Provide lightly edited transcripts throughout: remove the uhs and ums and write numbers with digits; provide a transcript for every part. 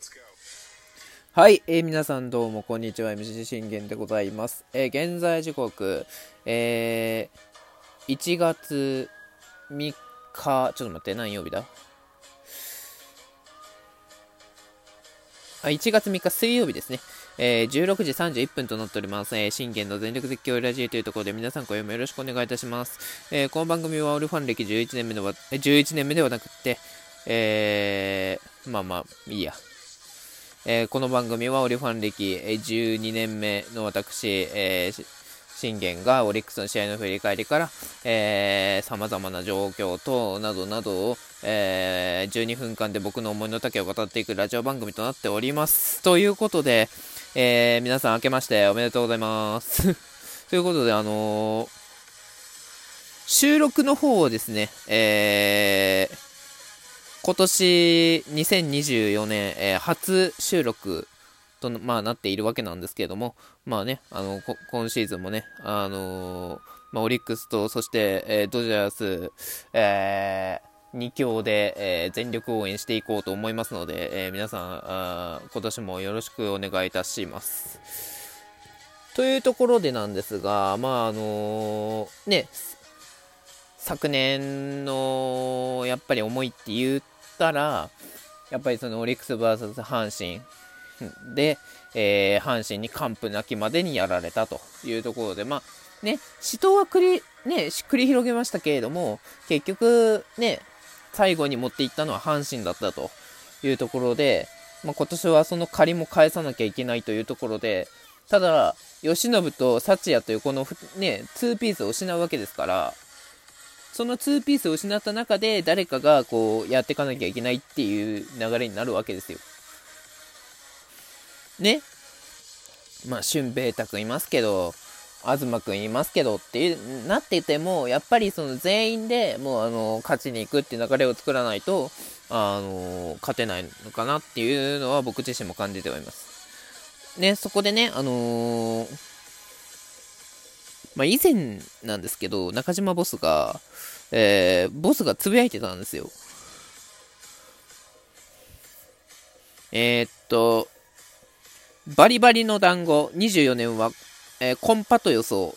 はい、皆さんどうもこんにちは。 MC 信玄でございます。現在時刻、1月3日、ちょっと待って、何曜日だ。1月3日水曜日ですね。16時31分となっております。信玄の全力絶叫ラジオというところで皆さん今夜もよろしくお願いいたします。この番組はオルファン歴11年目ではなくて、いいや。この番組はオリファン歴12年目の私、信玄がオリックスの試合の振り返りから、様々な状況となどなどを、12分間で僕の思いの丈を語っていくラジオ番組となっております。ということで、皆さん明けましておめでとうございます。ということで、収録の方をですね、今年2024年、初収録と、なっているわけなんですけれども、今シーズンもね、オリックスと、そして、ドジャース、2強で、全力応援していこうと思いますので、皆さん今年もよろしくお願いいたします。というところでなんですが、昨年のやっぱり思いって言ったら、やっぱりそのオリックス VS 阪神で、阪神に完封なきまでにやられたというところで、死闘は繰り広げましたけれども、結局ね、最後に持っていったのは阪神だったというところで、今年はその借りも返さなきゃいけないというところで、ただ由伸と幸也というこのね、2ピースを失うわけですから、その2ピースを失った中で誰かがこうやっていかなきゃいけないっていう流れになるわけですよ。ね。俊平太くんいますけど、東くんいますけどっていうなってても、やっぱりその全員でもう勝ちに行くっていう流れを作らないと勝てないのかなっていうのは僕自身も感じております。ね、そこでね、以前なんですけど、中島ボスがつぶやいてたんですよ。バリバリの団子24年は、コンパと予想。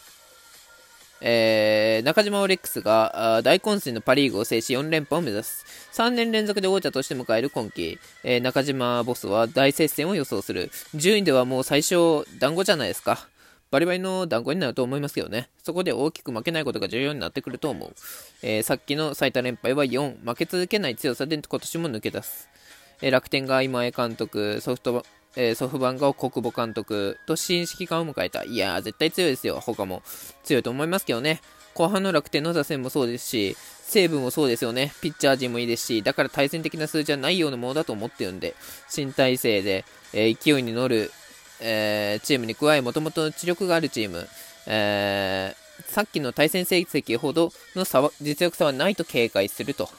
中島オリックスが大混戦のパリーグを制し4連覇を目指す。3年連続で王者として迎える今季、中島ボスは大接戦を予想する。順位ではもう最初団子じゃないですか。バリバリの団子になると思いますけどね。そこで大きく負けないことが重要になってくると思う。さっきの最多連敗は4。負け続けない強さで今年も抜け出す。楽天が今江監督、ソフバンガを国母監督と新指揮官を迎えた。いやー、絶対強いですよ。他も強いと思いますけどね。後半の楽天の打線もそうですし、西武もそうですよね。ピッチャー陣もいいですし、だから対戦的な数字はないようなものだと思ってるんで、新体制で、勢いに乗る、チームに加え、もともと知力があるチーム、さっきの対戦成績ほどの実力差はないと警戒すると。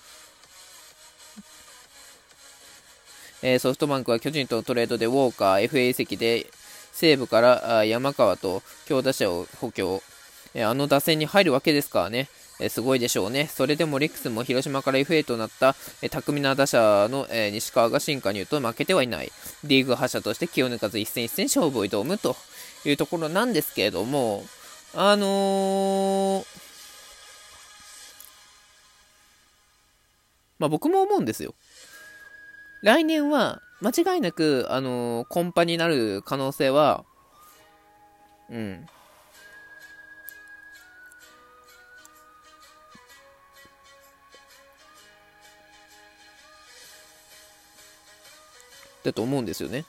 ソフトバンクは巨人とのトレードでウォーカー、FA 移籍で西武から山川と強打者を補強、打線に入るわけですからね、すごいでしょうね。それでもオリックスも広島から FA となった巧みな打者の西川が進化に言うと負けてはいない。リーグ覇者として気を抜かず一戦一戦勝負を挑むというところなんですけれども、僕も思うんですよ。来年は間違いなく、コンパになる可能性は、だと思うんですよね。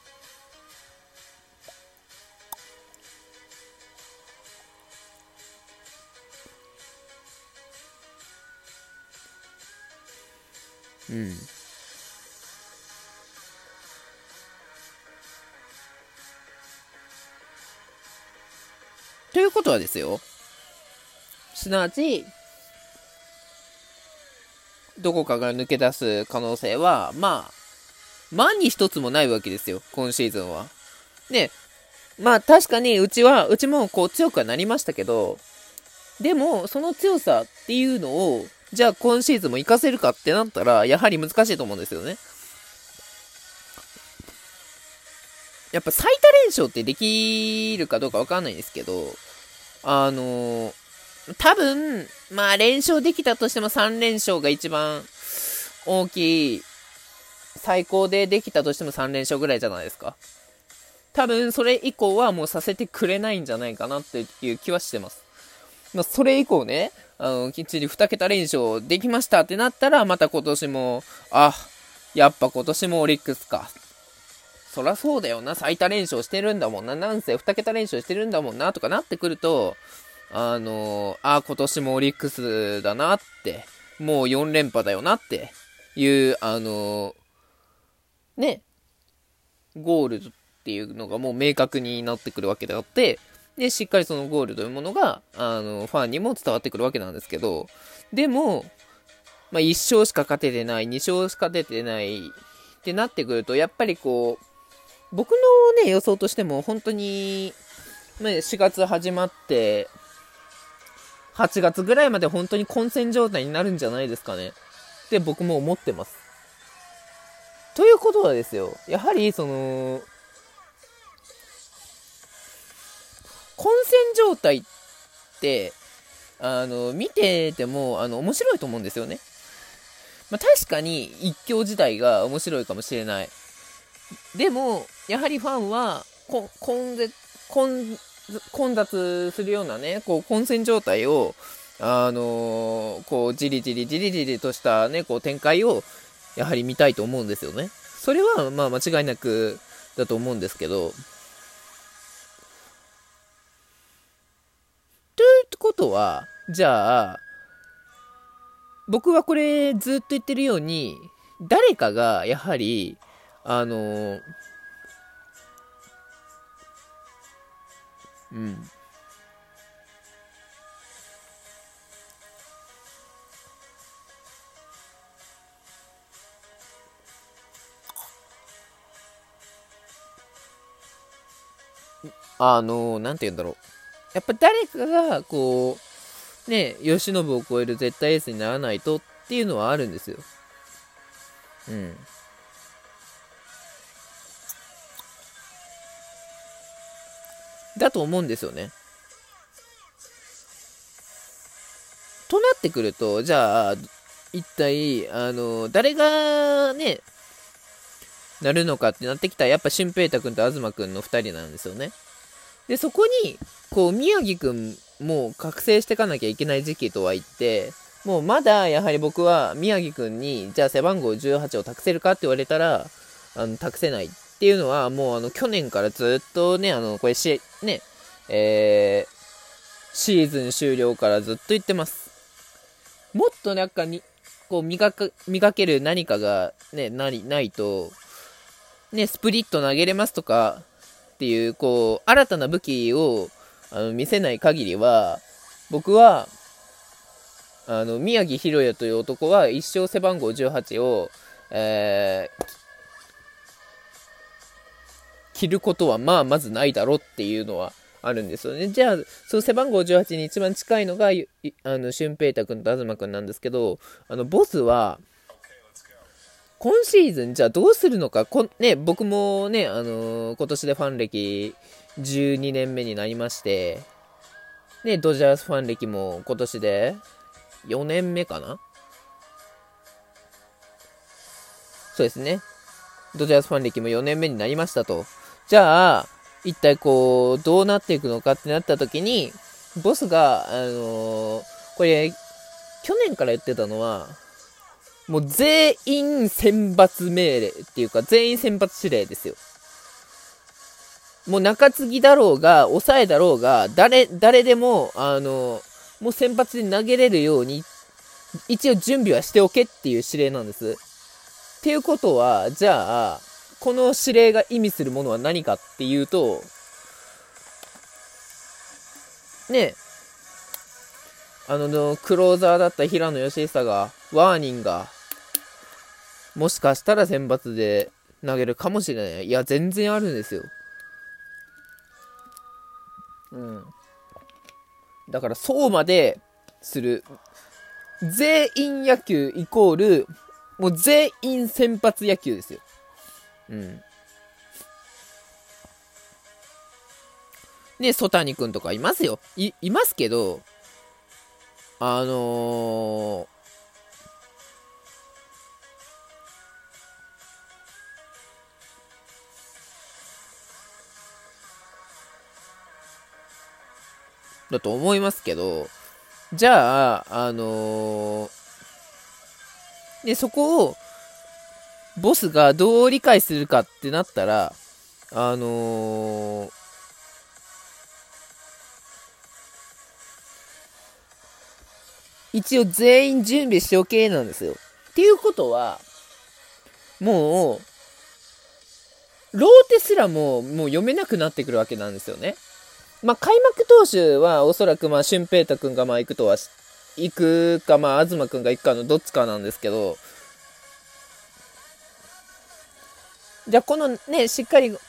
ということはですよ。すなわち、どこかが抜け出す可能性は、万に一つもないわけですよ、今シーズンは。ね、確かにうちもこう強くはなりましたけど、でも、その強さっていうのを、じゃあ今シーズンも活かせるかってなったら、やはり難しいと思うんですよね。 やっぱ最多連勝ってできるかどうかわかんないんですけど、多分、まあ連勝できたとしても3連勝が一番大きい、最高でできたとしても3連勝ぐらいじゃないですか。多分それ以降はもうさせてくれないんじゃないかなっていう気はしてます。まあ、それ以降ね、きっちり2桁連勝できましたってなったら、また今年も、やっぱ今年もオリックスか。そらそうだよな、最多連勝してるんだもんな、なんせ2桁連勝してるんだもんな、とかなってくると、今年もオリックスだなって、もう4連覇だよなっていう、ね、ゴールっていうのがもう明確になってくるわけであって、で、しっかりそのゴールというものが、ファンにも伝わってくるわけなんですけど、でも、まあ、1勝しか勝ててない、2勝しか出てないってなってくると、やっぱりこう、僕のね、予想としても、本当に、4月始まって、8月ぐらいまで本当に混戦状態になるんじゃないですかね。って僕も思ってます。ということはですよ、やはり、混戦状態って、見てても、面白いと思うんですよね。まあ、確かに一強自体が面白いかもしれない。でも、やはりファンは、混雑するようなね、こう、混戦状態を、こう、じりじりとしたね、こう、展開を、やはり見たいと思うんですよね。それは、まあ、間違いなく、だと思うんですけど、ということは、じゃあ、僕はこれずっと言ってるように、誰かがやはり、うん。なんて言うんだろう。やっぱ誰かが、こう、ね、慶喜を超える絶対エースにならないとっていうのはあるんですよ。うん。だと思うんですよね。となってくると、じゃあ、一体、誰がね、なるのかってなってきたら、やっぱ俊平太君と東君の2人なんですよね。で、そこに、こう、宮城君も覚醒していかなきゃいけない時期とは言って、もうまだやはり僕は宮城君に、じゃあ背番号18を託せるかって言われたら、託せないっていうのは、もう去年からずっとね、これね、シーズン終了からずっと言ってます。もっとなんかに、こう磨ける何かがね、ないと、ね、スプリット投げれますとかっていう、こう、新たな武器を見せない限りは、僕は、宮城宏也という男は一生背番号18を、着ることはまずないだろうっていうのはあるんですよね。じゃあ、その背番号18に一番近いのが、俊平太君と東君なんですけど、ボスは、今シーズンじゃあどうするのか、ね、僕もね、今年でファン歴12年目になりまして、ね、ドジャースファン歴も今年で4年目かな。そうですね。ドジャースファン歴も4年目になりましたと。じゃあ、一体こう、どうなっていくのかってなった時に、ボスが、これ、去年から言ってたのは、もう全員選抜命令っていうか、全員選抜指令ですよ。もう中継ぎだろうが、抑えだろうが、誰でも、もう先発で投げれるように、一応準備はしておけっていう指令なんです。っていうことは、じゃあ、この指令が意味するものは何かっていうと、ね、クローザーだった平野義久が、ワーニンが、もしかしたら選抜で投げるかもしれない。いや、全然あるんですよ。うん。だから、そうまでする。全員野球イコール、もう全員先発野球ですよ。うん。 ね、曽谷くんとかいますよ。いますけど、だと思いますけど、じゃあ、で、そこを、ボスがどう理解するかってなったら、一応全員準備しておけなんですよ。っていうことは、もう、ローテすらもう読めなくなってくるわけなんですよね。まあ、開幕投手はおそらく俊平太くんが行くとは、行くか、東くんが行くかのどっちかなんですけど、じゃあこのね、しっかり、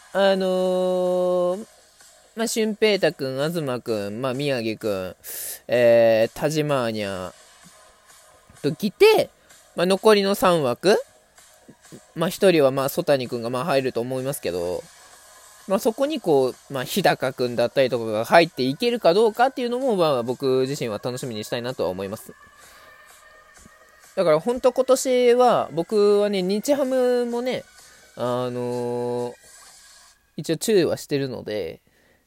俊平太くん、東くん、宮城くん、田島ーニャと来て、残りの3枠、1人は曽谷くんが入ると思いますけど、そこにこう、日高くんだったりとかが入っていけるかどうかっていうのも、僕自身は楽しみにしたいなとは思います。だから本当今年は、僕はね、日ハムもね、一応注意はしてるので、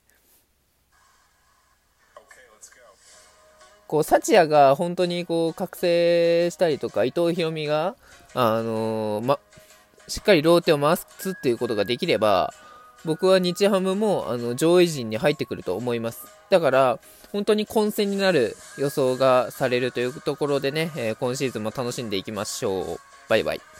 こう、サチヤが本当にこう、覚醒したりとか、伊藤大海が、しっかりローテを回すっていうことができれば、僕は日ハムも上位陣に入ってくると思います。だから本当に混戦になる予想がされるというところでね、今シーズンも楽しんでいきましょう。バイバイ。